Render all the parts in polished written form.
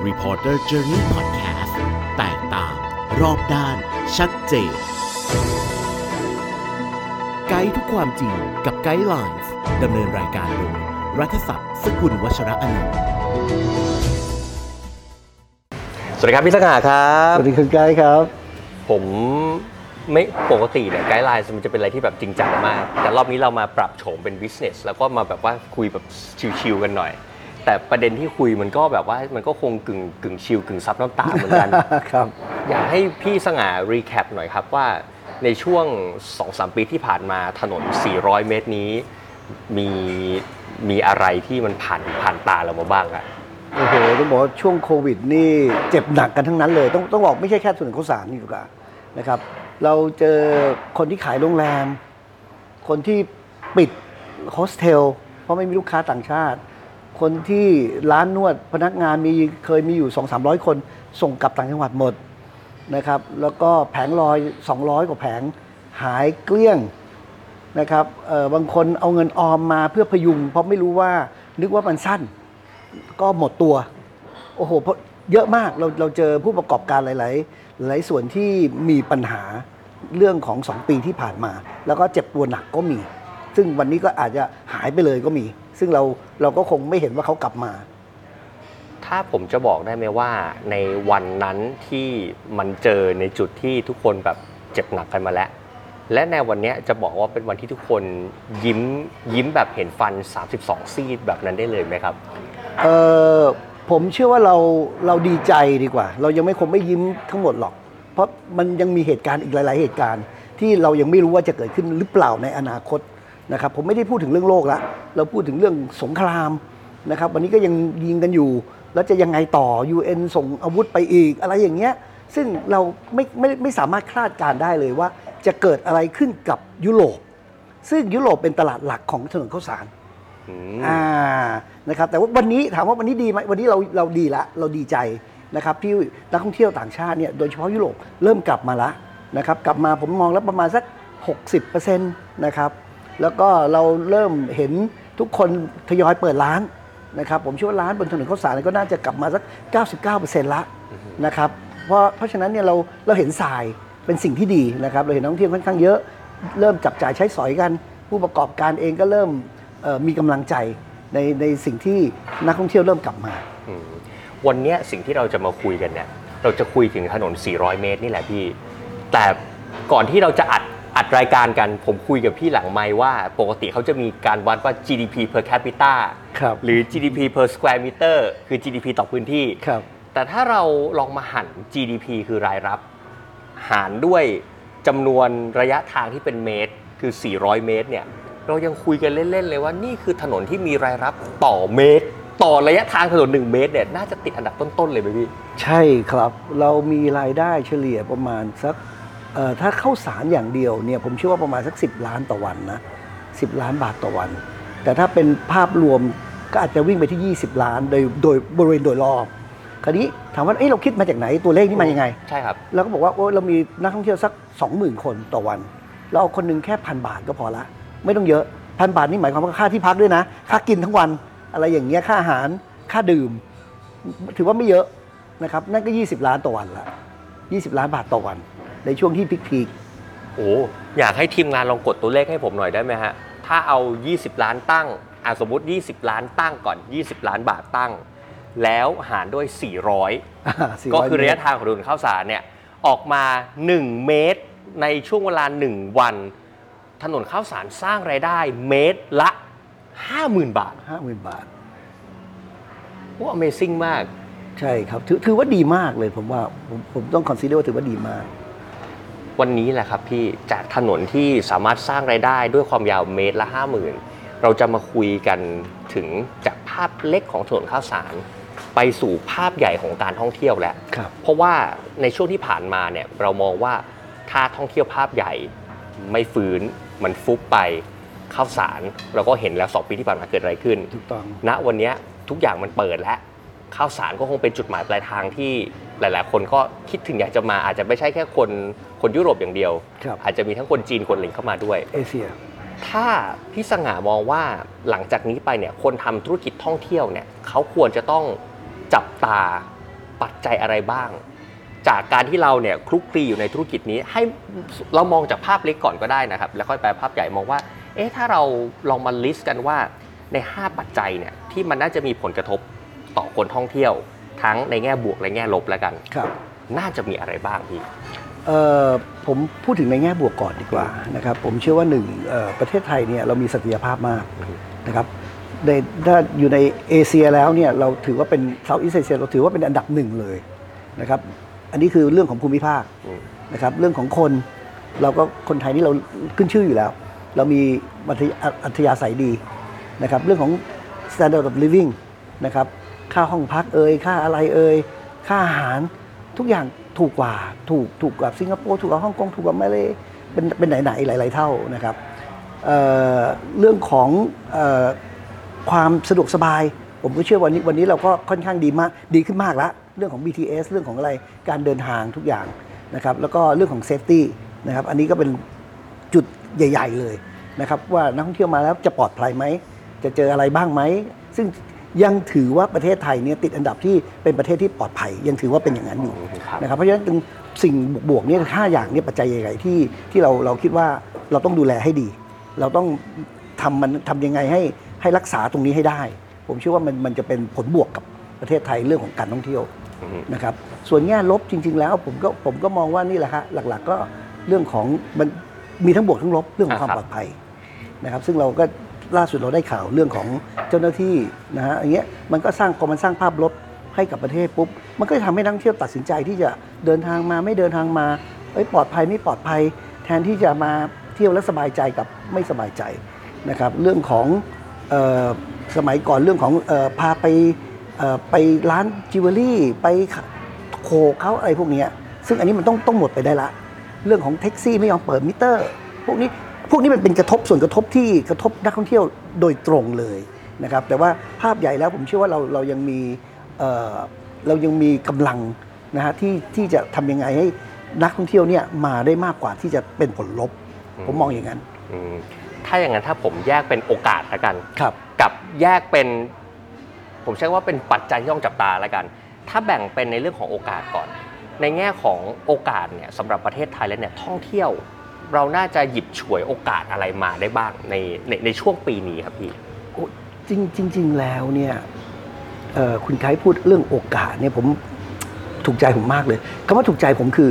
Reporter Journey Podcast แตกต่างรอบด้านชัดเจนไกด์ทุกความจริงกับไกด์ไลน์ดำเนินรายการโดยรัฐศักดิ์สกุลวัชระอนันต์สวัสดีครับพี่สง่าครับสวัสดีคุณไกด์ครับผมไม่ปกติเนี่ยไกด์ไลน์มันจะเป็นอะไรที่แบบจริงจังมากแต่รอบนี้เรามาปรับโฉมเป็น business แล้วก็มาแบบว่าคุยแบบชิลๆกันหน่อยแต่ประเด็นที่คุยมันก็แบบว่ามันก็คงกึ่งชิลกึ่งซับน้ำตาเหมือนกันครับอยากให้พี่สง่ารีแคปหน่อยครับว่าในช่วง 2-3 ปีที่ผ่านมาถนน400 เมตรนี้มีอะไรที่มันผ่านตาเรามาบ้างอะโอ้โหต้องบอกว่าช่วงโควิดนี่เจ็บหนักกันทั้งนั้นเลยต้องบอกไม่ใช่แค่ถนนข้าวสารนี่ถูกไหมนะครับเราเจอคนที่ขายโรงแรมคนที่ปิดโฮสเทลเพราะไม่มีลูกค้าต่างชาติคนที่ร้านนวดพนักงานเคยมีอยู่ 200-300 คนส่งกลับต่างจังหวัดหมดนะครับแล้วก็แผงลอย200 กว่าแผงหายเกลี้ยงนะครับบางคนเอาเงินออมมาเพื่อพยุงเพราะไม่รู้ว่านึกว่ามันสั้นก็หมดตัวโอ้โหเพราะเยอะมากเราเจอผู้ประกอบการหลายส่วนที่มีปัญหาเรื่องของ2 ปีที่ผ่านมาแล้วก็เจ็บตัวหนักก็มีซึ่งวันนี้ก็อาจจะหายไปเลยก็มีซึ่งเราก็คงไม่เห็นว่าเขากลับมาถ้าผมจะบอกได้ไหมว่าในวันนั้นที่มันเจอในจุดที่ทุกคนแบบเจ็บหนักกันมาแล้วและในวันนี้จะบอกว่าเป็นวันที่ทุกคนยิ้มแบบเห็นฟัน32ซี่แบบนั้นได้เลยไหมครับผมเชื่อว่าเราดีใจดีกว่าเรายังคงไม่ยิ้มทั้งหมดหรอกเพราะมันยังมีเหตุการณ์อีกหลายๆเหตุการณ์ที่เรายังไม่รู้ว่าจะเกิดขึ้นหรือเปล่าในอนาคตนะครับผมไม่ได้พูดถึงเรื่องโลกละเราพูดถึงเรื่องสงครามนะครับวันนี้ก็ยังยิงกันอยู่แล้วจะยังไงต่อ UN ส่งอาวุธไปอีกอะไรอย่างเงี้ยซึ่งเราไม่สามารถคาดการณ์ได้เลยว่าจะเกิดอะไรขึ้นกับยุโรปซึ่งยุโรปเป็นตลาดหลักของถนนข้าวสารนะครับแต่ว่าวันนี้ถามว่าวันนี้ดีไหมวันนี้เราดีละเราดีใจนะครับที่นักท่องเที่ยวต่างชาติเนี่ยโดยเฉพาะยุโรปเริ่มกลับมาละนะครับกลับมาผมมองแล้วประมาณสัก 60% นะครับแล้วก็เราเริ่มเห็นทุกคนทยอยเปิดร้านนะครับผมเชื่อว่าร้านบนถนนข้าวสารก็น่าจะกลับมาสัก 99% ละนะครับเพราะฉะนั้นเนี่ยเราเห็นทรายเป็นสิ่งที่ดีนะครับเราเห็นนักท่องเที่ยวค่อนข้างเยอะเริ่มจับจ่ายใช้สอยกันผู้ประกอบการเองก็เริ่มมีกำลังใจในสิ่งที่นักท่องเที่ยวเริ่มกลับมาวันนี้สิ่งที่เราจะมาคุยกันเนี่ยเราจะคุยถึงถนน400 เมตรนี่แหละพี่แต่ก่อนที่เราจะอัดรายการกันผมคุยกับพี่หลังไมค์ว่าปกติเขาจะมีการวัดว่า GDP per capita หรือ GDP per square meter คือ GDP ต่อพื้นที่แต่ถ้าเราลองมาหัน GDP คือรายรับหารด้วยจำนวนระยะทางที่เป็นเมตรคือ400 เมตรเนี่ยเรายังคุยกันเล่นๆเลยว่านี่คือถนนที่มีรายรับต่อเมตรต่อระยะทางถนน1 เมตรเนี่ยน่าจะติดอันดับต้นๆเลยไหมพี่ใช่ครับเรามีรายได้เฉลี่ยประมาณสักถ้าข้าวสารอย่างเดียวเนี่ยผมเชื่อว่าประมาณสัก10 ล้านต่อวันนะ10 ล้านบาทต่อวันแต่ถ้าเป็นภาพรวมก็อาจจะวิ่งไปที่20 ล้านโดยบริเวณโดยรอบคราวนี้ถามว่าเราคิดมาจากไหนตัวเลขนี้มายังไงใช่ครับเราก็บอกว่าเรามีนักท่องเที่ยวสัก 20,000 คนต่อวันเราเอาคนนึงแค่1,000 บาทก็พอละไม่ต้องเยอะ1,000 บาทนี่หมายความว่าค่าที่พักด้วยนะค่ากินทั้งวันอะไรอย่างเงี้ยค่าอาหารค่าดื่มถือว่าไม่เยอะนะครับนั่นก็20 ล้านต่อวันละ20 ล้านบาทต่อวันในช่วงที่พีคโอ้อยากให้ทีมงานลองกดตัวเลขให้ผมหน่อยได้ไหมฮะถ้าเอา20 ล้านตั้งสมมุติ20 ล้านตั้งก่อน20 ล้านบาทตั้งแล้วหารด้วย400ก็คือระยะทางของถนนข้าวสารเนี่ยออกมา1 เมตรในช่วงเวลา1 วันถนนข้าวสารสร้างรายได้เมตรละ 50,000 บาท 50,000 บาทโอ้ Amazing มากใช่ครับถือว่าดีมากเลยผมว่าผมต้องคอนซีเดอร์ว่าถือว่าดีมากวันนี้แหละครับพี่จากถนนที่สามารถสร้างรายได้ด้วยความยาวเมตรละ 50,000 เราจะมาคุยกันถึงจากภาพเล็กของถนนข้าวสารไปสู่ภาพใหญ่ของการท่องเที่ยวแล้วเพราะว่าในช่วงที่ผ่านมาเนี่ยเรามองว่าถ้าท่องเที่ยวภาพใหญ่ไม่ฟื้นมันฟุบไปข้าวสารเราก็เห็นแล้ว2 ปีที่ผ่านมาเกิดอะไรขึ้นถูกต้องณวันนี้ทุกอย่างมันเปิดแล้วข้าวสารก็คงเป็นจุดหมายปลายทางที่หลายๆคนก็คิดถึงอยากจะมาอาจจะไม่ใช่แค่คนยุโรปอย่างเดียวอาจจะมีทั้งคนจีนคนหลิงเข้ามาด้วยเอเชียถ้าพี่สง่ามองว่าหลังจากนี้ไปเนี่ยคนทำธุรกิจท่องเที่ยวเนี่ยเขาควรจะต้องจับตาปัจจัยอะไรบ้าง จากการที่เราเนี่ยคลุกคลีอยู่ในธุรกิจนี้ให้เรามองจากภาพเล็กก่อนก็ได้นะครับแล้วค่อยไปภาพใหญ่มองว่าถ้าเราลองมาลิสต์กันว่าใน5ปัจจัยเนี่ยที่มันน่าจะมีผลกระทบต่อคนท่องเที่ยวทั้งในแง่บวกและแง่ลบแล้วกันครับน่าจะมีอะไรบ้างพี่ผมพูดถึงในแง่บวกก่อนดีกว่านะครับผมเชื่อว่าประเทศไทยเนี่ยเรามีศักยภาพมากนะครับถ้าอยู่ในเอเชียแล้วเนี่ยเราถือว่าเป็นเซาท์อีสต์เอเชียเราถือว่าเป็นอันดับหนึ่งเลยนะครับอันนี้คือเรื่องของภูมิภาคนะครับเรื่องของคนเราก็คนไทยนี่เราขึ้นชื่ออยู่แล้วเรามีอัธยาศัยดีนะครับเรื่องของ standard of living นะครับค่าห้องพักค่าอะไรค่าอาหารทุกอย่างถูกกว่าถูกกว่าสิงคโปร์ถูกกว่าฮ่องกงถูกกว่ามาเลเป็นไหนหลายๆเท่านะครับเรื่องของความสะดวกสบายผมก็เชื่อวันนี้เราก็ค่อนข้างดีขึ้นมากแล้วเรื่องของ BTS เรื่องของอะไรการเดินทางทุกอย่างนะครับแล้วก็เรื่องของ safety นะครับอันนี้ก็เป็นจุดใหญ่ๆเลยนะครับว่านักท่องเที่ยวมาแล้วจะปลอดภัยไหมจะเจออะไรบ้างไหมซึ่งยังถือว่าประเทศไทยเนี่ยติดอันดับที่เป็นประเทศที่ปลอดภัยยังถือว่าเป็นอย่างนั้นอยู่นะครับเพราะฉะนั้นสิ่งบวกเนี่ย5อย่างเนี่ยปัจจัยใหญ่ๆที่เราคิดว่าเราต้องดูแลให้ดีเราต้องทำยังไงให้รักษาตรงนี้ให้ได้ผมเชื่อว่ามันจะเป็นผลบวกกับประเทศไทยเรื่องของการท่องเที่ยวนะครับส่วนแง่ลบจริงๆแล้วผมก็มองว่านี่แหละฮะหลักๆก็เรื่องของมันมีทั้งบวกทั้งลบเรื่องของความปลอดภัยนะครับซึ่งเราก็ล่าสุดเราได้ข่าวเรื่องของเจ้าหน้าที่นะฮะอย่างเงี้ยมันก็สร้างภาพลบให้กับประเทศปุ๊บมันก็จะทำให้นักท่องเที่ยวตัดสินใจที่จะเดินทางมาไม่เดินทางมาปลอดภัยไม่ปลอดภัยแทนที่จะมาเที่ยวแล้วสบายใจกับไม่สบายใจนะครับเรื่องของสมัยก่อนเรื่องของพาไปร้านจิวเวลรี่ไปโขกเขาอะไรพวกนี้ซึ่งอันนี้มันต้องหมดไปได้ละเรื่องของแท็กซี่ไม่ยอมเปิดมิเตอร์พวกนี้มันเป็นส่วนกระทบที่กระทบนักท่องเที่ยวโดยตรงเลยนะครับแต่ว่าภาพใหญ่แล้วผมเชื่อว่าเรายังมีกำลังนะฮะที่จะทำยังไงให้นักท่องเที่ยวเนี่ยมาได้มากกว่าที่จะเป็นผลลบผมมองอย่างนั้นถ้าอย่างนั้นถ้าผมแยกเป็นโอกาสละกันครับกับแยกเป็นผมใช้ว่าเป็นปัจจัยที่ต้องจับตาละกันถ้าแบ่งเป็นในเรื่องของโอกาสก่อนในแง่ของโอกาสเนี่ยสำหรับประเทศไทยแล้วเนี่ยท่องเที่ยวเราน่าจะหยิบฉวยโอกาสอะไรมาได้บ้างในช่วงปีนี้ครับพี่จริงแล้วเนี่ยคุณไคพูดเรื่องโอกาสเนี่ยผมถูกใจผมมากเลยคำว่าถูกใจผมคื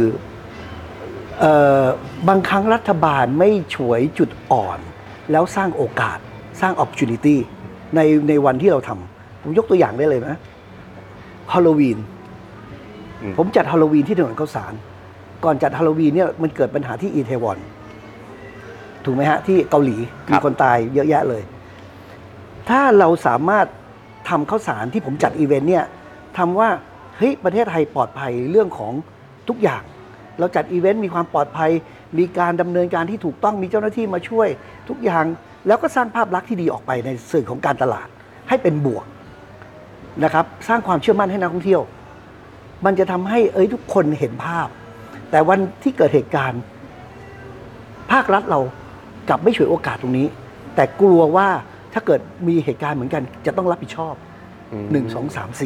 อบางครั้งรัฐบาลไม่ฉวยจุดอ่อนแล้วสร้างโอกาสสร้าง opportunity ในวันที่เราทำผมยกตัวอย่างได้เลยนะฮาโลวีนผมจัดฮาโลวีนที่ถนนข้าวสารก่อนจัดฮาโลวีนเนี่ยมันเกิดปัญหาที่อีเทวอนถูกไหมฮะที่เกาหลีมีคนตายเยอะแยะเลยถ้าเราสามารถทำข้าวสารที่ผมจัดอีเวนต์เนี่ยทำว่าเฮ้ยประเทศไทยปลอดภัยเรื่องของทุกอย่างเราจัดอีเวนต์มีความปลอดภัยมีการดำเนินการที่ถูกต้องมีเจ้าหน้าที่มาช่วยทุกอย่างแล้วก็สร้างภาพลักษณ์ที่ดีออกไปในสื่อของการตลาดให้เป็นบวกนะครับสร้างความเชื่อมั่นให้นักท่องเที่ยวมันจะทำให้ทุกคนเห็นภาพแต่วันที่เกิดเหตุการณ์ภาครัฐเรากลับไม่ฉวยโอกาสตรงนี้แต่กลัวว่าถ้าเกิดมีเหตุการณ์เหมือนกันจะต้องรับผิดชอบ1 2 3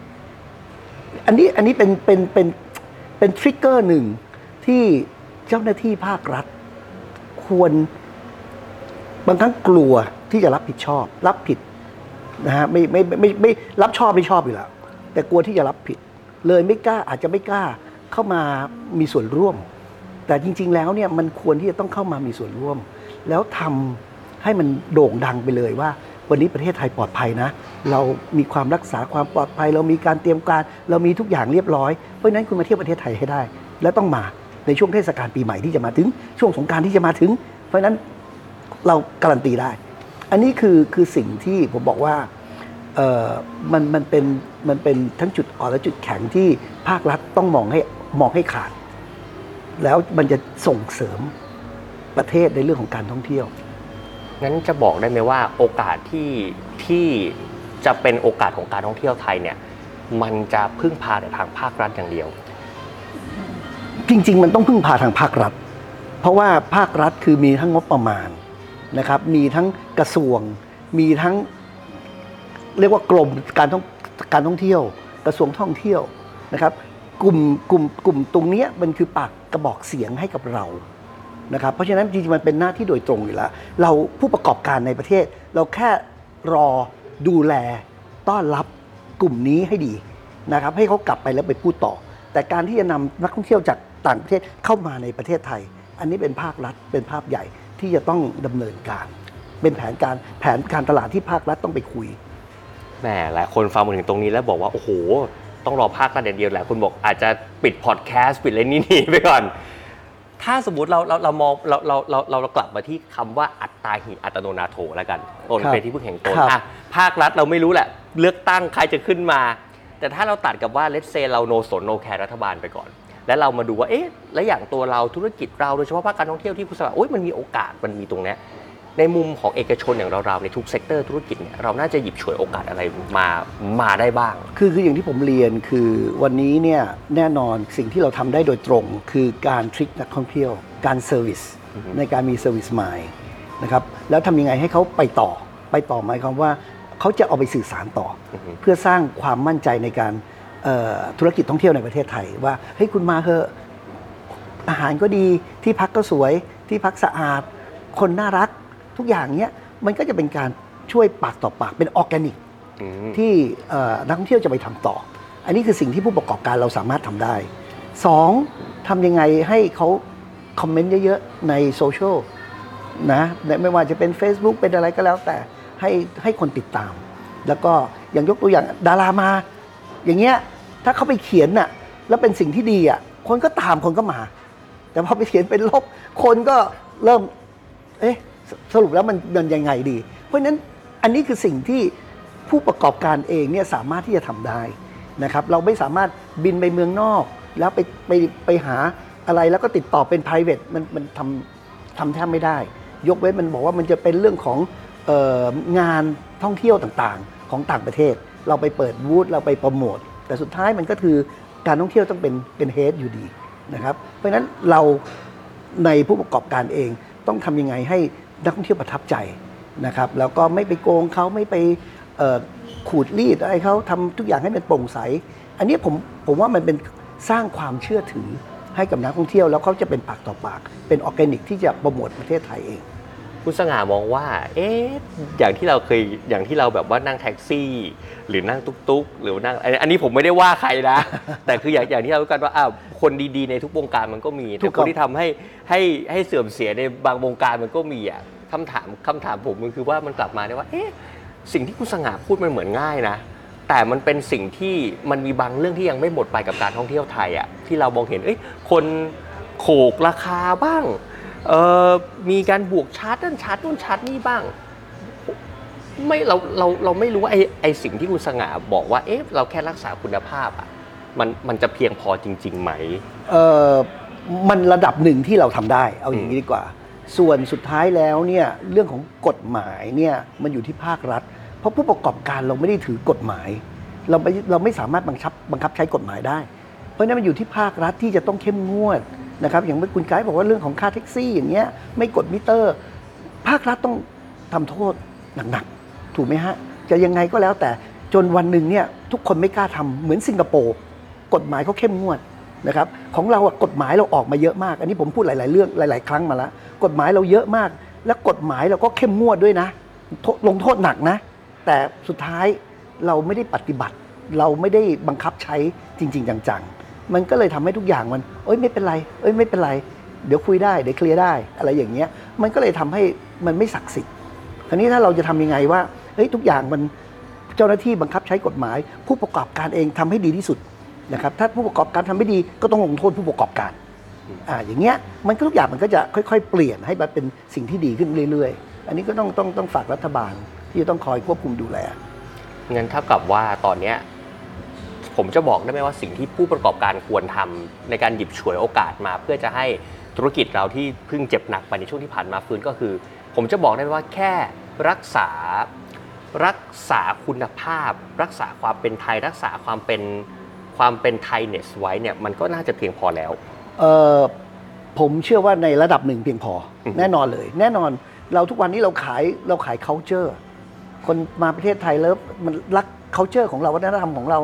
4อันนี้เป็นทริกเกอร์หนึ่งที่เจ้าหน้าที่ภาครัฐควรบางครั้งกลัวที่จะรับผิดชอบรับผิดนะฮะไม่รับชอบไม่ชอบอยู่แล้วแต่กลัวที่จะรับผิดเลยไม่กล้าอาจจะไม่กล้าเข้ามามีส่วนร่วมแต่จริงๆแล้วเนี่ยมันควรที่จะต้องเข้ามามีส่วนร่วมแล้วทำให้มันโด่งดังไปเลยว่าวันนี้ประเทศไทยปลอดภัยนะเรามีความรักษาความปลอดภัยเรามีการเตรียมการเรามีทุกอย่างเรียบร้อยเพราะฉะนั้นคุณมาเที่ยวประเทศไทยให้ได้และต้องมาในช่วงเทศกาลปีใหม่ที่จะมาถึงช่วงสงกรานต์ที่จะมาถึงเพราะฉะนั้นเราการันตีได้อันนี้คือสิ่งที่ผมบอกว่ามันเป็นทั้งจุดอ่อนและจุดแข็งที่ภาครัฐต้องมองให้ขาดแล้วมันจะส่งเสริมประเทศในเรื่องของการท่องเที่ยวงั้นจะบอกได้ไหมว่าโอกาสที่จะเป็นโอกาสของการท่องเที่ยวไทยเนี่ยมันจะพึ่งพาแต่ทางภาครัฐอย่างเดียวจริงๆมันต้องพึ่งพาทางภาครัฐเพราะว่าภาครัฐคือมีทั้งงบประมาณนะครับมีทั้งกระทรวงมีทั้งเรียกว่ากรมการท่องเที่ยวกระทรวงท่องเที่ยวนะครับกลุ่มตรงนี้มันคือปากกระบอกเสียงให้กับเรานะครับเพราะฉะนั้นจริงๆมันเป็นหน้าที่โดยตรงอยู่แล้วเราผู้ประกอบการในประเทศเราแค่รอดูแลต้อนรับกลุ่มนี้ให้ดีนะครับให้เขากลับไปแล้วไปพูดต่อแต่การที่จะนำนักท่องเที่ยวจากต่างประเทศเข้ามาในประเทศไทยอันนี้เป็นภาครัฐเป็นภาพใหญ่ที่จะต้องดำเนินการเป็นแผนการตลาดที่ภาครัฐต้องไปคุยแหมหลายคนฟังมาถึงตรงนี้แล้วบอกว่าโอ้โหต้องรอภาครัฐอย่างเดียวแหละคุณบอกอาจจะปิดพอดแคสต์ปิดอะไรนี่ไปก่อนถ้าสมมติเรามองเรากลับมาที่คำว่าอัตตาหิอัตโนนาโถแล้วกันตนเป็นที่พึ่งแห่งตนภาครัฐเราไม่รู้แหละเลือกตั้งใครจะขึ้นมาแต่ถ้าเราตัดกับว่าเลทเซเราโนสนโนแคร์รัฐบาลไปก่อนแล้วเรามาดูว่าเอ๊ะและอย่างตัวเราธุรกิจเราโดยเฉพาะภาคการท่องเที่ยวที่คุณสมบัติโอ้ยมันมีโอกาสมันมีตรงนี้ในมุมของเอกชนอย่างเราในทุกเซกเตอร์ธุรกิจเนี่ยเราน่าจะหยิบฉวยโอกาสอะไรมาได้บ้างคืออย่างที่ผมเรียนคือวันนี้เนี่ยแน่นอนสิ่งที่เราทำได้โดยตรงคือการทริคนักท่องเที่ยวการเซอร์วิสในการมีเซอร์วิสมายนะครับแล้วทำยังไงให้เขาไปต่อหมายความว่าเขาจะเอาไปสื่อสารต่อเพื่อสร้างความมั่นใจในการธุรกิจท่องเที่ยวในประเทศไทยว่าเฮ้ยคุณมาเถอะอาหารก็ดีที่พักก็สวยที่พักสะอาดคนน่ารักทุกอย่างเนี้ยมันก็จะเป็นการช่วยปากต่อปากเป็นออร์แกนิกที่นักท่องเที่ยวจะไปทำต่ออันนี้คือสิ่งที่ผู้ประกอบการเราสามารถทำได้2ทำยังไงให้เขาคอมเมนต์เยอะๆในโซเชียลนะไม่ว่าจะเป็น Facebook เป็นอะไรก็แล้วแต่ให้คนติดตามแล้วก็อย่างยกตัวอย่างดารามาอย่างเงี้ยถ้าเขาไปเขียนน่ะแล้วเป็นสิ่งที่ดีอ่ะคนก็ตามคนก็มาแต่พอไปเขียนเป็นลบคนก็เริ่มสรุปแล้วมันยังไงดีเพราะฉะนั้นอันนี้คือสิ่งที่ผู้ประกอบการเองเนี่ยสามารถที่จะทำได้นะครับเราไม่สามารถบินไปเมืองนอกแล้วไปหาอะไรแล้วก็ติดต่อเป็น private มันทำแทบไม่ได้ยกเว้นมันบอกว่ามันจะเป็นเรื่องของงานท่องเที่ยวต่างๆของต่างประเทศเราไปเปิดบูธเราไปโปรโมทแต่สุดท้ายมันก็คือการท่องเที่ยวต้องเป็นเฮดอยู่ดีนะครับเพราะฉะนั้นเราในผู้ประกอบการเองต้องทำยังไงให้นักท่องเที่ยวประทับใจนะครับแล้วก็ไม่ไปโกงเขาไม่ไปขูดรีดอะไรเขาทำทุกอย่างให้มันโปร่งใสอันนี้ผมว่ามันเป็นสร้างความเชื่อถือให้กับนักท่องเที่ยวแล้วเขาจะเป็นปากต่อปากเป็นออร์แกนิกที่จะโปรโมทประเทศไทยเองคุณสง่ามองว่าอย่างที่เราแบบว่านั่งแท็กซี่หรือนั่งตุ๊กๆหรือนั่งอันนี้ผมไม่ได้ว่าใครนะ แต่คืออย่างที่เรารู้กันว่าคนดีๆในทุกวงการมันก็มีแต่คนที่ทำให้เสื่อมเสียในบางวงการมันก็มีคำถามผมมันคือว่ามันกลับมาได้ว่าสิ่งที่คุณสง่าพูดมันเหมือนง่ายนะแต่มันเป็นสิ่งที่มันมีบางเรื่องที่ยังไม่หมดไปกับการท่องเที่ยวไทยที่เรามองเห็นคนโขกราคาบ้างมีการบวกชาร์จนั่นชาร์จนู่นชาร์จนี่บ้างไม่เราไม่รู้ว่าไอ้สิ่งที่คุณสง่าบอกว่าเราแค่รักษาคุณภาพมันจะเพียงพอจริงๆไหมมันระดับหนึ่งที่เราทำได้เอาอย่างนี้ดีกว่าส่วนสุดท้ายแล้วเนี่ยเรื่องของกฎหมายเนี่ยมันอยู่ที่ภาครัฐเพราะผู้ประกอบการเราไม่ได้ถือกฎหมายเราไม่สามารถบังคับใช้กฎหมายได้เพราะนั้นมันอยู่ที่ภาครัฐที่จะต้องเข้มงวดนะครับอย่างเมื่อคุณไกด์บอกว่าเรื่องของค่าแท็กซี่อย่างเงี้ยไม่กดมิเตอร์ภาครัฐต้องทำโทษหนักๆถูกไหมฮะจะยังไงก็แล้วแต่จนวันหนึ่งเนี่ยทุกคนไม่กล้าทำเหมือนสิงคโปร์กฎหมายเขาเข้มงวดนะครับของเรากฎหมายเราออกมาเยอะมากอันนี้ผมพูดหลายๆเรื่องหลายๆครั้งมาแล้วกฎหมายเราเยอะมากและกฎหมายเราก็เข้มงวดด้วยนะลงโทษหนักนะแต่สุดท้ายเราไม่ได้ปฏิบัติเราไม่ได้บังคับใช้จริงๆจังๆมันก็เลยทำให้ทุกอย่างมันไม่เป็นไรไม่เป็นไรเดี๋ยวคุยได้เดี๋ยวเคลียร์ได้อะไรอย่างเงี้ยมันก็เลยทำให้มันไม่ศักดิ์สิทธิ์คราวนี้ถ้าเราจะทำยังไงว่าทุกอย่างมันเจ้าหน้าที่บังคับใช้กฎหมายผู้ประกอบการเองทำให้ดีที่สุดนะครับถ้าผู้ประกอบการทำไม่ดีก็ต้องลงโทษผู้ประกอบการอย่างเงี้ยมันก็ทุกอย่างมันก็จะค่อยๆเปลี่ยนให้มันเป็นสิ่งที่ดีขึ้นเรื่อยๆอันนี้ก็ต้องฝากรัฐบาลที่จะต้องคอยควบคุมดูแลงั้นเท่ากับว่าตอนเนี้ยผมจะบอกได้ไหมว่าสิ่งที่ผู้ประกอบการควรทำในการหยิบฉวยโอกาสมาเพื่อจะให้ธุรกิจเราที่เพิ่งเจ็บหนักไปในช่วงที่ผ่านมาฟื้นก็คือผมจะบอกได้ว่าแค่รักษาคุณภาพรักษาความเป็นไทยรักษาความเป็นไทยเนสไว้เนี่ยมันก็น่าจะเพียงพอแล้วผมเชื่อว่าในระดับหนึ่งเพียงพอแน่นอนเลยแน่นอนเราทุกวันนี้เราขาย culture คนมาประเทศไทยแล้วมันรัก culture ของเราวัฒนธรรมของเรา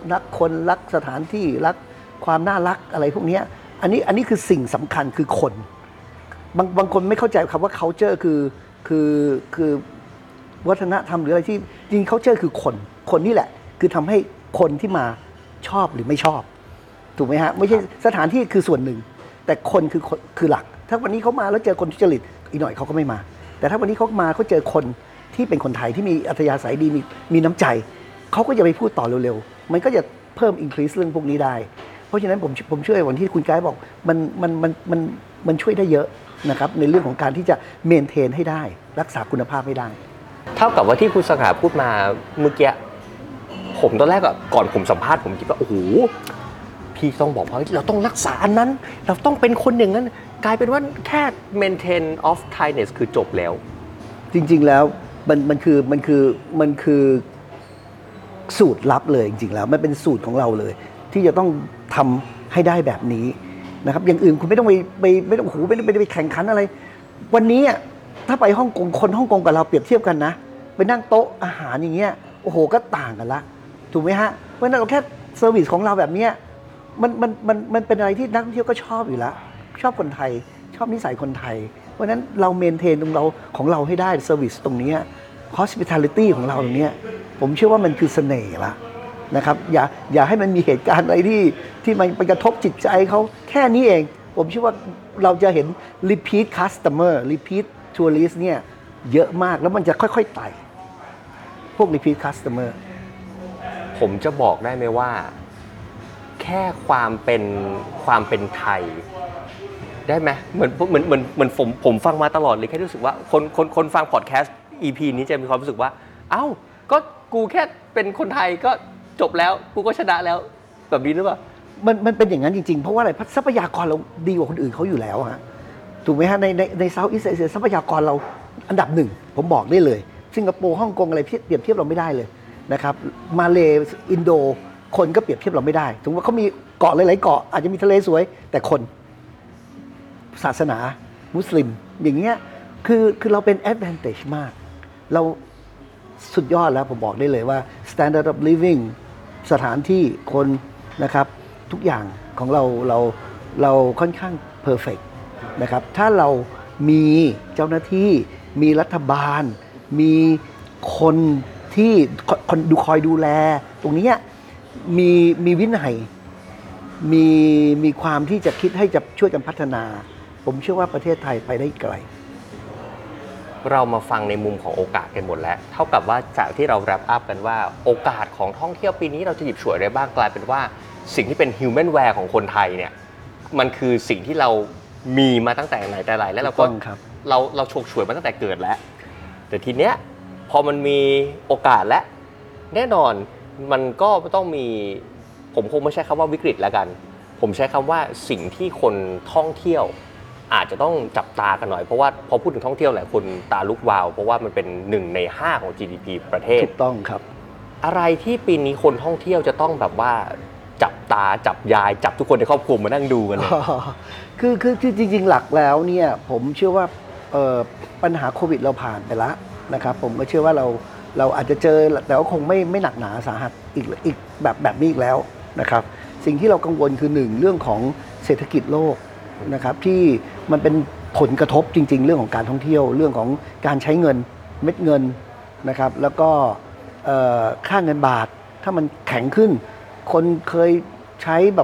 รักคนรักสถานที่รักความน่ารักอะไรพวกนี้อันนี้คือสิ่งสำคัญคือคนบางคนไม่เข้าใจคำว่า culture คือวัฒนธรรมหรืออะไรที่จริง culture คือคนนี่แหละคือทำให้คนที่มาชอบหรือไม่ชอบถูกไหมฮะไม่ใช่สถานที่คือส่วนหนึ่งแต่คนคือหลักถ้าวันนี้เขามาแล้วเจอคนทุจริตอีกหน่อยเขาก็ไม่มาแต่ถ้าวันนี้เขามาเขาเจอคนที่เป็นคนไทยที่มีอัธยาศัยดีมีน้ำใจเขาก็จะไปพูดต่อเร็วๆมันก็จะเพิ่ม increase เรื่องพวกนี้ได้เพราะฉะนั้นผมเชื่อวันที่คุณไกด์บอกมันช่วยได้เยอะนะครับในเรื่องของการที่จะเมนเทนให้ได้รักษาคุณภาพให้ได้เท่ากับว่าที่คุณสง่าพูดมาเมื่อกี้ผมตอนแรกก่อนผมสัมภาษณ์ผมคิดว่าโอ้โหพี่ต้องบอกว่าเราต้องรักษาอันนั้นเราต้องเป็นคนอย่างนั้นกลายเป็นว่าแค่ maintain of Thainess คือจบแล้วจริงๆแล้วมันคือสูตรลับเลยจริงๆแล้วมันเป็นสูตรของเราเลยที่จะต้องทำให้ได้แบบนี้นะครับอย่างอื่นคุณไม่ต้องไม่ต้องไปแข่งขันอะไรวันนี้ถ้าไปฮ่องกงคนฮ่องกงกับเราเปรียบเทียบกันนะไปนั่งโต๊ะอาหารอย่างเงี้ยโอ้โหก็ต่างกันละถูกไหมฮะเพราะฉะนั้นเราแค่เซอร์วิสของเราแบบเนี้ยมันเป็นอะไรที่นักท่องเที่ยวก็ชอบอยู่แล้วชอบคนไทยชอบนิสัยคนไทยเพราะฉะนั้นเราเมนเทนตรงเราของเราให้ได้เซอร์วิสตรงนี้ hospitality ของเราตรงนี้ผมเชื่อว่ามันคือเสน่ห์ละนะครับอย่าให้มันมีเหตุการณ์อะไรที่มันไปกระทบจิตใจเขาแค่นี้เองผมเชื่อว่าเราจะเห็น repeat customer repeat tourist เนี่ยเยอะมากแล้วมันจะค่อยๆไต่พวก repeat customer ผมจะบอกได้ไหมว่าแค่ความเป็นไทยได้ไหมเหมือนผมฟังมาตลอดเลยแค่รู้สึกว่าคนฟังพอดแคสต์ EP นี้จะมีความรู้สึกว่าเอ้าก็กูแค่เป็นคนไทยก็จบแล้วกูก็ชนะแล้วแบบนี้หรือเปล่ามันเป็นอย่างนั้นจริงๆเพราะว่าอะไรทรัพยากรเราดีกว่าคนอื่นเขาอยู่แล้วฮะถูกไหมฮะในเซาท์อีสต์เอเชียทรัพยากรเราอันดับหนึ่งผมบอกได้เลยสิงคโปร์ฮ่องกงอะไรเปรียบเทียบเราไม่ได้เลยนะครับมาเลอินโดคนก็เปรียบเทียบเราไม่ได้ถึงว่าเขามีเกาะหลายๆเกาะอาจจะมีทะเลสวยแต่คนศาสนามุสลิมอย่างเงี้ยคือเราเป็น advantage มากเราสุดยอดแล้วผมบอกได้เลยว่า standard of living สถานที่คนนะครับทุกอย่างของเราค่อนข้าง perfect นะครับถ้าเรามีเจ้าหน้าที่มีรัฐบาลมีคนที่คอยดูแลตรงนี้มีวินัยมีความที่จะคิดให้จะช่วยกันพัฒนาผมเชื่อว่าประเทศไทยไปได้ไกลเรามาฟังในมุมของโอกาสกันหมดแล้วเท่ากับว่าจากที่เราแรปอัพกันว่าโอกาสของท่องเที่ยวปีนี้เราจะหยิบฉวยได้บ้างกลายเป็นว่าสิ่งที่เป็น human wear ของคนไทยเนี่ยมันคือสิ่งที่เรามีมาตั้งแต่ไหนแต่ไรแล้วเราฉกฉวยมาตั้งแต่เกิดแล้วแต่ทีเนี้ยพอมันมีโอกาสและแน่นอนมันก็ต้องมีผมคงไม่ใช้คำว่าวิกฤตแล้วกันผมใช้คำว่าสิ่งที่คนท่องเที่ยวอาจจะต้องจับตากันหน่อยเพราะว่าพอพูดถึงท่องเที่ยวหลายคนตาลุกวาวเพราะว่ามันเป็น1 ใน 5ของ GDP ประเทศถูกต้องครับอะไรที่ปีนี้คนท่องเที่ยวจะต้องแบบว่าจับตาจับยายจับทุกคนในครอบครัวมานั่งดูกันเลยคือจริงๆหลักแล้วเนี่ยผมเชื่อว่าปัญหาโควิดเราผ่านไปแล้วนะครับผมก็เชื่อว่าเราอาจจะเจอแต่ว่าคงไม่หนักหนาสาหัสอีกแบบนี้อีกแล้วนะครับสิ่งที่เรากังวลคือ1เรื่องของเศรษฐกิจโลกนะครับที่มันเป็นผลกระทบจริงๆเรื่องของการท่องเที่ยวเรื่องของการใช้เงินเม็ดเงินนะครับแล้วก็ค่าเงินบาทถ้ามันแข็งขึ้นคนเคยใช้แบบ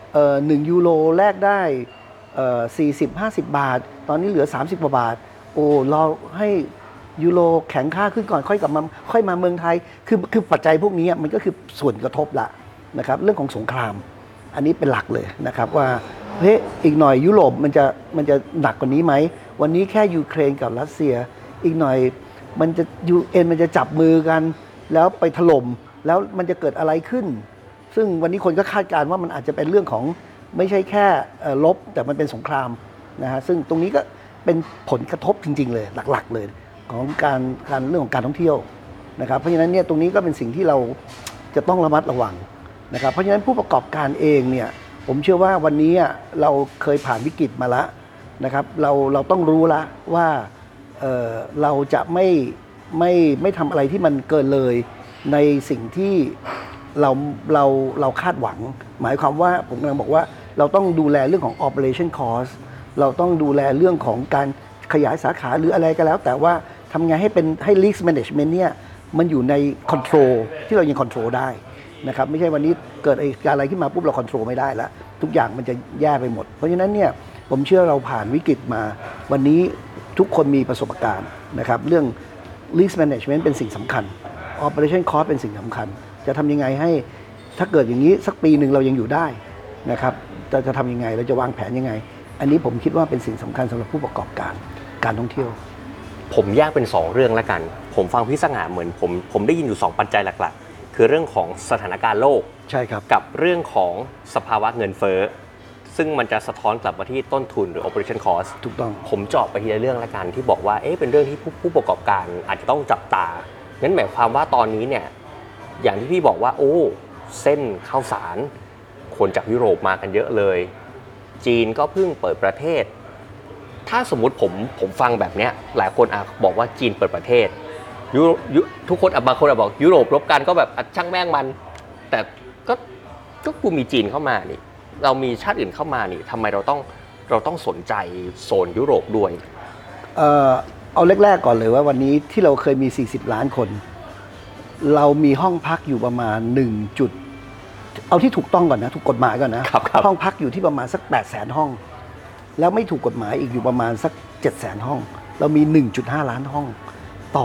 1 ยูโรแลกได้40-50 บาทตอนนี้เหลือ30 กว่าบาทโอ้เราให้ยูโรแข็งค่าขึ้นก่อนค่อยมาเมืองไทยคือปัจจัยพวกนี้มันก็คือส่วนกระทบละนะครับเรื่องของสงครามอันนี้เป็นหลักเลยนะครับว่าเฮ้ยอีกหน่อยยุโรปมันจะหนักกว่านี้ไหมวันนี้แค่ยูเครนกับรัสเซียอีกหน่อยมันจะUNมันจะจับมือกันแล้วไปถล่มแล้วมันจะเกิดอะไรขึ้นซึ่งวันนี้คนก็คาดการณ์ว่ามันอาจจะเป็นเรื่องของไม่ใช่แค่ลบแต่มันเป็นสงครามนะฮะซึ่งตรงนี้ก็เป็นผลกระทบจริงๆเลยหลักๆเลยของการเรื่องของการท่องเที่ยวนะครับเพราะฉะนั้นเนี่ยตรงนี้ก็เป็นสิ่งที่เราจะต้องระมัดระวังนะครับเพราะฉะนั้นผู้ประกอบการเองเนี่ยผมเชื่อว่าวันนี้เราเคยผ่านวิกฤตมาแล้วนะครับเราต้องรู้แล้วว่าเราจะไม่ทำอะไรที่มันเกินเลยในสิ่งที่เราเราเราคาดหวังหมายความว่าผมกำลังบอกว่าเราต้องดูแลเรื่องของ operation cost เราต้องดูแลเรื่องของการขยายสาขาหรืออะไรก็แล้วแต่ว่าทำไงให้เป็นให้ risk management เนี่ยมันอยู่ใน control ที่เรายัง control ได้นะครับไม่ใช่วันนี้เกิดอะไรขึ้นมาปุ๊บเรา control ไม่ได้แล้วทุกอย่างมันจะแย่ไปหมดเพราะฉะนั้นเนี่ยผมเชื่อเราผ่านวิกฤตมาวันนี้ทุกคนมีประสบการณ์นะครับเรื่อง risk management เป็นสิ่งสำคัญ operation cost เป็นสิ่งสำคัญจะทำยังไงให้ถ้าเกิดอย่างนี้สักปีหนึ่งเรายังอยู่ได้นะครับจะทำยังไงเราจะวางแผนยังไงอันนี้ผมคิดว่าเป็นสิ่งสำคัญสำหรับผู้ประกอบการท่องเที่ยวผมแยกเป็น2เรื่องแล้วกันผมฟังพี่สง่าเหมือนผมได้ยินอยู่2ปัจจัยหลักๆคือเรื่องของสถานการณ์โลกใช่ครับกับเรื่องของสภาวะเงินเฟ้อซึ่งมันจะสะท้อนกลับมาที่ต้นทุนหรือ operation cost ถูกต้องผมเจาะไปทีละเรื่องแล้วกันที่บอกว่าเป็นเรื่องที่ผู้ประกอบการอาจจะต้องจับตางั้นหมายความว่าตอนนี้เนี่ยอย่างที่พี่บอกว่าเส้นข้าวสารคนจากยุโรปมากันเยอะเลยจีนก็เพิ่งเปิดประเทศถ้าสมมุติผมฟังแบบเนี้ยหลายคนบอกว่าจีนเปิดประเทศทุกคนบางคนบอกยุโรปรบกันก็แบบช่างแม่งมันแต่ก็กูมีจีนเข้ามานี่เรามีชาติอื่นเข้ามานี่ทำไมเราต้องสนใจโซนยุโรปด้วยเอาแรกๆก่อนเลยว่าวันนี้ที่เราเคยมี40ล้านคนเรามีห้องพักอยู่ประมาณ1จุดเอาที่ถูกต้องก่อนนะถูกกฎหมายก่อนนะห้องพักอยู่ที่ประมาณสัก 800,000 ห้องแล้วไม่ถูกกฎหมายอีกอยู่ประมาณสัก 700,000 ห้องเรามี 1.5 ล้านห้องต่อ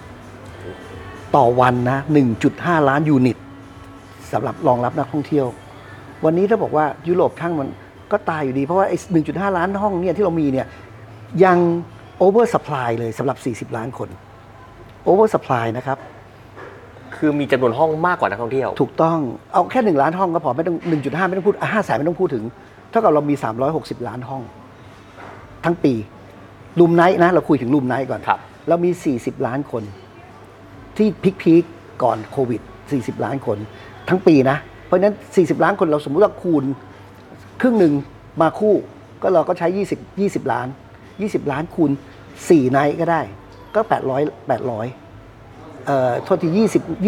วันนะ 1.5 ล้านยูนิตสำหรับรองรับนักท่องเที่ยววันนี้ถ้าบอกว่ายุโรปข้างมันก็ตายอยู่ดีเพราะว่าไอ้ 1.5 ล้านห้องเนี่ยที่เรามีเนี่ยยังโอเวอร์ซัพพลายเลยสำหรับ40ล้านคนโอเวอร์ซัพพลายนะครับคือมีจำนวนห้องมากกว่านักท่องเที่ยวถูกต้องเอาแค่1ล้านห้องก็พอไม่ต้อง 1.5 ไม่ต้องพูด500,000ไม่ต้องพูดถึงเท่ากับเรามี360ล้านห้องทั้งปีรูมไนท์นะเราคุยถึงรูมไนท์ก่อนเรามี40ล้านคนที่พีคก่อนโควิด40ล้านคนทั้งปีนะเพราะฉะนั้น40ล้านคนเราสมมุติว่าคูณครึ่งหนึ่งมาคู่ก็เราก็ใช้20ล้าน20ล้านคูณ4ไนท์ก็ได้ก็800โทษที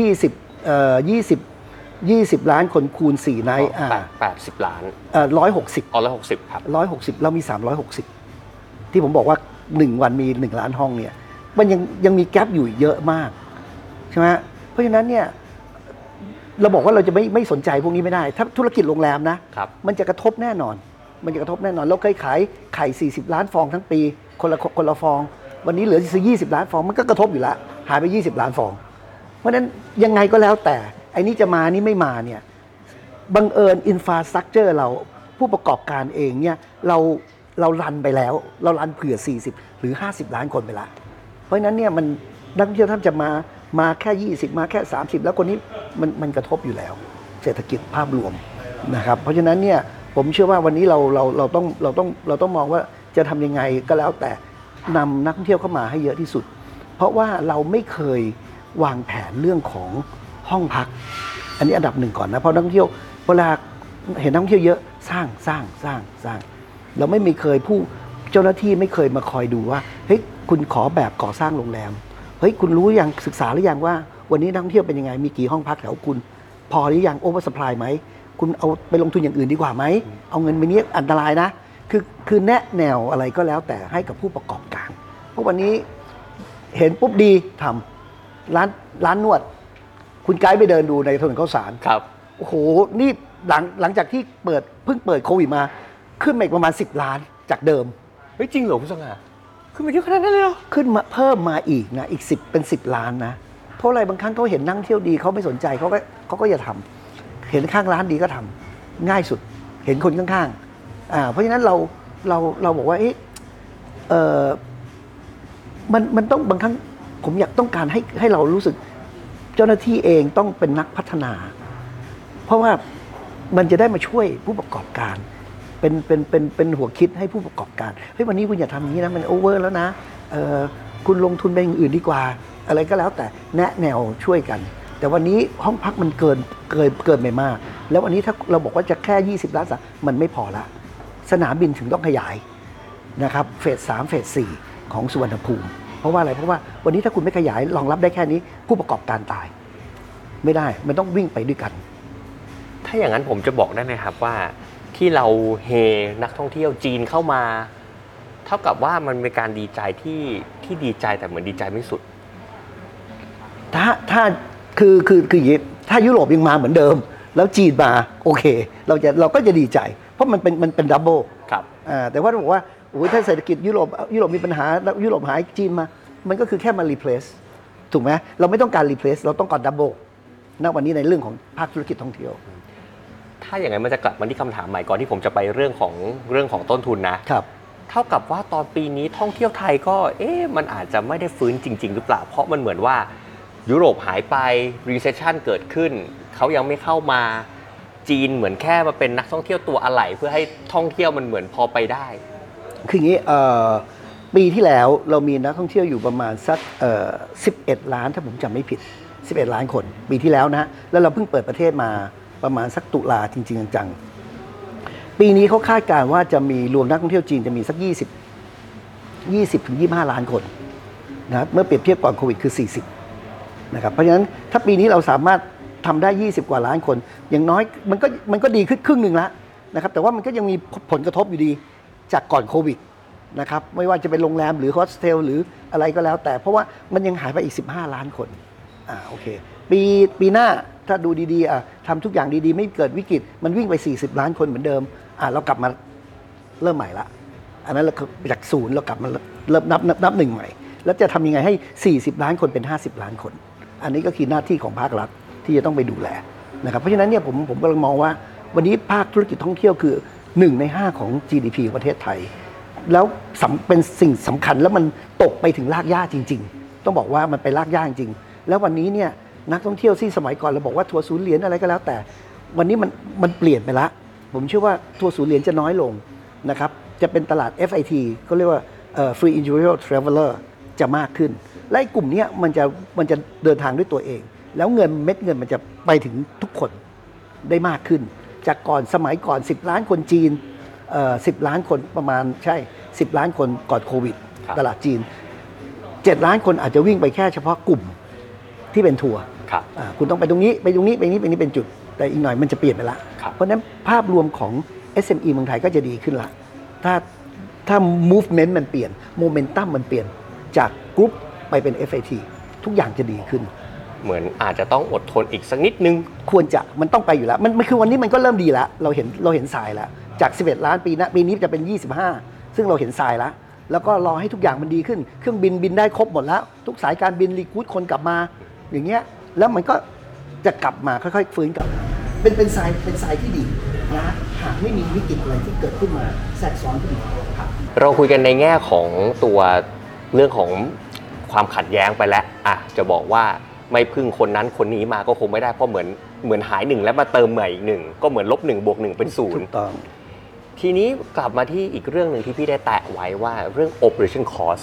20ล้านคนคูณ4ไนท์ 80ล้าน 160 ครับ 160เรามี360ที่ผมบอกว่า1วันมี1ล้านห้องเนี่ยมันยังมีแกปอยู่เยอะมากใช่ไหมเพราะฉะนั้นเนี่ยเราบอกว่าเราจะไม่สนใจพวกนี้ไม่ได้ถ้าธุรกิจโรงแรมนะมันจะกระทบแน่นอนเราเคยขายไข่40ล้านฟองทั้งปีคนละฟองวันนี้เหลือ20ล้านฟองมันก็กระทบอยู่แล้วหายไป20ล้านฟองเพราะฉะนั้นยังไงก็แล้วแต่ไอ้นี่จะมานี่ไม่มาเนี่ยบังเอิญอินฟราสตรัคเจอร์เราผู้ประกอบการเองเนี่ยเรารันไปแล้วเรารันเผื่อ40หรือ50ล้านคนไปแล้วเพราะฉะนั้นเนี่ยมันนักท่องเที่ยวท่านจะมาแค่20มาแค่30แล้วคนนี้มันกระทบอยู่แล้วเศรษฐกิจภาพรวมนะครับเพราะฉะนั้นเนี่ยผมเชื่อว่าวันนี้เราต้องมองว่าจะทำยังไงก็แล้วแต่นำนักท่องเที่ยวเข้ามาให้เยอะที่สุดเพราะว่าเราไม่เคยวางแผนเรื่องของห้องพักอันนี้อันดับหนึ่งก่อนนะเพราะนักท่องเที่ยวเวลาเห็นนักท่องเที่ยวเยอะสร้างเราไม่มีเคยเจ้าหน้าที่ไม่เคยมาคอยดูว่าเฮ้ยคุณขอแบบก่อสร้างโรงแรมเฮ้ยคุณรู้ยังศึกษาหรือยังว่าวันนี้นักท่องเที่ยวเป็นยังไงมีกี่ห้องพักแถวคุณพอหรือยังโอเวอร์ซัพพลายไหมคุณเอาไปลงทุนอย่างอื่นดีกว่าไหมเอาเงินไปนี้อันตรายนะคือแนะแนวอะไรก็แล้วแต่ให้กับผู้ประกอบการเพราะวันนี้เห็นปุ๊บดีทำร้านนวดคุณไกด์ไปเดินดูในถนนข้าวสารครับโอ้โหนี่หลังจากที่เพิ่งเปิดโควิดมาขึ้นมาอีกประมาณ10ล้านจากเดิมเฮ้ยจริงเหรอคุณสง่าขึ้นมาเยอะขนาดนั้นเลยเหรอขึ้นมาเพิ่มมาอีกนะอีก10เป็น10ล้านนะเพราะอะไรบางครั้งเขาเห็นนั่งเที่ยวดีเขาไม่สนใจเขาก็อย่าทำเห็นข้างร้านดีก็ทำง่ายสุดเห็นคนข้างๆเพราะฉะนั้นเราบอกว่ามันต้องบางครั้งผมต้องการให้เรารู้สึกเจ้าหน้าที่เองต้องเป็นนักพัฒนาเพราะว่ามันจะได้มาช่วยผู้ประกอบการเป็นหัวคิดให้ผู้ประกอบการเฮ้ยวันนี้คุณอย่าทำอย่างนี้นะมันโอเวอร์แล้วนะคุณลงทุนไปอย่างอื่นดีกว่าอะไรก็แล้วแต่แนะแนวช่วยกันแต่วันนี้ห้องพักมันเกินไปมากแล้ววันนี้ถ้าเราบอกว่าจะแค่20ล้านมันไม่พอละสนามบินถึงต้องขยายนะครับเฟส3เฟส4ของสุวรรณภูมิเพราะว่าอะไรเพราะว่าวันนี้ถ้าคุณไม่ขยายรองรับได้แค่นี้ผู้ประกอบการตายไม่ได้มันต้องวิ่งไปด้วยกันถ้าอย่างนั้นผมจะบอกได้ไหมครับว่าที่เราเฮนักท่องเที่ยวจีนเข้ามา เท่ากับว่ามันเป็นการดีใจที่ดีใจแต่เหมือนดีใจไม่สุดถ้าคืออย่างนี้ถ้ายุโรปยังมาเหมือนเดิมแล้วจีนมาโอเคเราก็จะดีใจเพราะมันเป็นดับเบิลครับแต่ว่าบอกว่าโอ้ยถ้าเศรษฐกิจยุโรปมีปัญหายุโรปหายจีนมามันก็คือแค่มา replace ถูกไหมเราไม่ต้องการ replace เราต้องการดับเบิลณวันนี้ในเรื่องของภาคธุรกิจท่องเที่ยวถ้าอย่างนั้นมันจะกลับมาที่คำถามใหม่ก่อนที่ผมจะไปเรื่องของต้นทุนนะครับเท่ากับว่าตอนปีนี้ท่องเที่ยวไทยก็มันอาจจะไม่ได้ฟื้นจริงๆหรือเปล่าเพราะมันเหมือนว่ายุโรปหายไป recession เกิดขึ้นเขายังไม่เข้ามาจีนเหมือนแค่มาเป็นนักท่องเที่ยวตัวอะไหล่เพื่อให้ท่องเที่ยวมันเหมือนพอไปได้คืออย่างนี้ปีที่แล้วเรามีนักท่องเที่ยวอยู่ประมาณสัก11 ล้านถ้าผมจำไม่ผิด11 ล้านคนปีที่แล้วนะแล้วเราเพิ่งเปิดประเทศมาประมาณสักตุลาจริงๆจังๆปีนี้เขาคาดการณ์ว่าจะมีรวมนักท่องเที่ยวจีนจะมีสัก20ถึง25 ล้านคนนะเมื่อเปรียบเทียบก่อนโควิดคือ40นะครับเพราะฉะนั้นถ้าปีนี้เราสามารถทำได้20 กว่าล้านคนอย่างน้อยมันก็ดีขึ้นครึ่งหนึ่งแล้วนะครับแต่ว่ามันก็ยังมีผลกระทบอยู่ดีจากก่อนโควิดนะครับไม่ว่าจะเป็นโรงแรมหรือโฮสเทลหรืออะไรก็แล้วแต่เพราะว่ามันยังหายไปอีก15 ล้านคนโอเคปีหน้าถ้าดูดีๆทำทุกอย่างดีๆไม่เกิดวิกฤตมันวิ่งไป40 ล้านคนเหมือนเดิมเรากลับมาเริ่มใหม่ละอันนั้นเราจากศูนย์เรากลับมาเริ่มนับหนึ่งใหม่แล้วจะทำยังไงให้40 ล้านคนเป็น50 ล้านคนอันนี้ก็คือหน้าที่ของภาครัฐที่จะต้องไปดูแลนะครับเพราะฉะนั้นเนี่ยผมกำลังมองว่าวันนี้ภาคธุรกิจท่องเที่ยวคือ1 ใน 5ของ GDP ประเทศไทยแล้วเป็นสิ่งสำคัญแล้วมันตกไปถึงรากหญ้าจริงๆต้องบอกว่ามันไปรากหญ้าจริงๆแล้ววันนี้เนี่ยนักท่องเที่ยวที่สมัยก่อนเราบอกว่าทัวร์ศูนย์เหรียญอะไรก็แล้วแต่วันนี้มันเปลี่ยนไปละผมเชื่อว่าทัวร์ศูนย์เหรียญจะน้อยลงนะครับจะเป็นตลาด FIT ก็เรียกว่า Free Individual Traveler จะมากขึ้นและกลุ่มนี้มันจะเดินทางด้วยตัวเองแล้วเม็ดเงินมันจะไปถึงทุกคนได้มากขึ้นจากสมัยก่อน10 ล้านคนจีน10 ล้านคนประมาณใช่10 ล้านคนก่อนโควิดตลาดจีน7 ล้านคนอาจจะวิ่งไปแค่เฉพาะกลุ่มที่เป็นทัวร์คุณต้องไปตรงนี้ไปตรงนี้ไปนี้เป็นจุดแต่อีกหน่อยมันจะเปลี่ยนไปละเพราะฉะนั้นภาพรวมของ SME เมืองไทยก็จะดีขึ้นละถ้า movement มันเปลี่ยน momentum มันเปลี่ยนจากกรุ๊ปไปเป็น FIT ทุกอย่างจะดีขึ้นเหมือนอาจจะต้องอดทนอีกสักนิดนึงควรจะมันต้องไปอยู่แล้วมันคือวันนี้มันก็เริ่มดีแล้วเราเห็นทรายแล้วจาก11 ล้านปีนี้จะเป็น25ซึ่งเราเห็นทรายแล้วก็รอให้ทุกอย่างมันดีขึ้นเครื่องบินได้ครบหมดแล้วทุกสายการบินรีคูดคนกลับมาอย่างเงี้ยแล้วมันก็จะกลับมาค่อยๆฟื้นกลับเป็นทรายที่ดีนะหากไม่มีวิกฤตอะไรที่เกิดขึ้นมาแทรกซ้อนขึ้นมาเราคุยกันในแง่ของตัวเรื่องของความขัดแย้งไปแล้วจะบอกว่าไม่พึ่งคนนั้นคนนี้มาก็คงไม่ได้เพราะเหมือนหาย1แล้วมาเติมใหม่อีก1ก็เหมือน-1 บวก 1เป็น0 ถูกต้องทีนี้กลับมาที่อีกเรื่องหนึ่งที่พี่ได้แตะไว้ว่าเรื่อง operation cost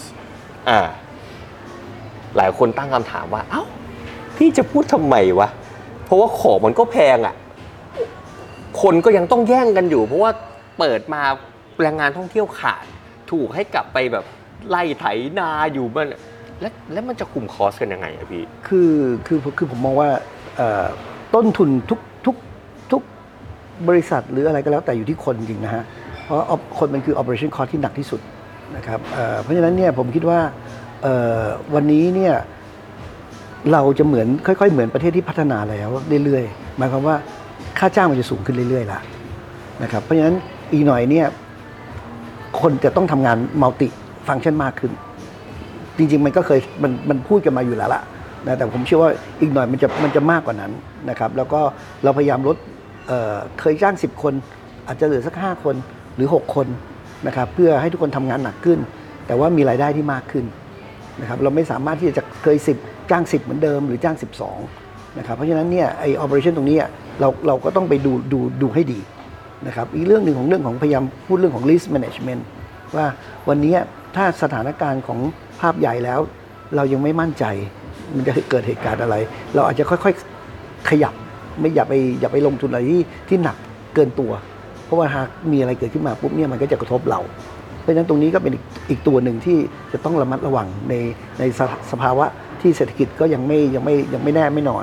หลายคนตั้งคำถามว่าเอ้าพี่จะพูดทำไมวะเพราะว่าของมันก็แพงคนก็ยังต้องแย่งกันอยู่เพราะว่าเปิดมาแรงงานท่องเที่ยวขาดถูกให้กลับไปแบบไล่ไถนาอยู่มันแล้วมันจะคุมคอสกันยังไงพี่คือผมมองว่าต้นทุนทุกบริษัทหรืออะไรก็แล้วแต่อยู่ที่คนจริงนะฮะเพราะคนมันคือ operation cost ที่หนักที่สุดนะครับเพราะฉะนั้นเนี่ยผมคิดว่าวันนี้เนี่ยเราจะค่อยๆเหมือนประเทศที่พัฒนาแล้วเรื่อยๆหมายความว่าค่าจ้างมันจะสูงขึ้นเรื่อยๆละนะครับเพราะฉะนั้นอีกหน่อยเนี่ยคนจะต้องทำงานมัลติฟังก์ชันมากขึ้นจริงๆมันก็เคยมันพูดกันมาอยู่แล้วล่ะนะแต่ผมเชื่อว่าอีกหน่อยมันจะมากกว่านั้นนะครับแล้วก็เราพยายามลดเคยจ้าง10 คนอาจจะเหลือสัก5 คนหรือ6 คนนะครับเพื่อให้ทุกคนทำงานหนักขึ้นแต่ว่ามีรายได้ที่มากขึ้นนะครับเราไม่สามารถที่จะเคย10จ้าง10เหมือนเดิมหรือจ้าง12นะครับเพราะฉะนั้นเนี่ยไอ้ operation ตรงนี้เราก็ต้องไปดูให้ดีนะครับอีกเรื่องหนึ่งของพยายามพูดเรื่องของ risk management ว่าวันนี้ถ้าสถานการณ์ของภาพใหญ่แล้วเรายังไม่มั่นใจมันจะเกิดเหตุการณ์อะไรเราอาจจะค่อยๆขยับไม่อย่าไปลงทุนอะไรที่หนักเกินตัวเพราะว่าหากมีอะไรเกิดขึ้นมาปุ๊บเนี่ยมันก็จะกระทบเราเพราะฉะนั้นตรงนี้ก็เป็นอีกตัวหนึ่งที่จะต้องระมัดระวังในสภาวะที่เศรษฐกิจก็ยังไม่แน่ไม่นอน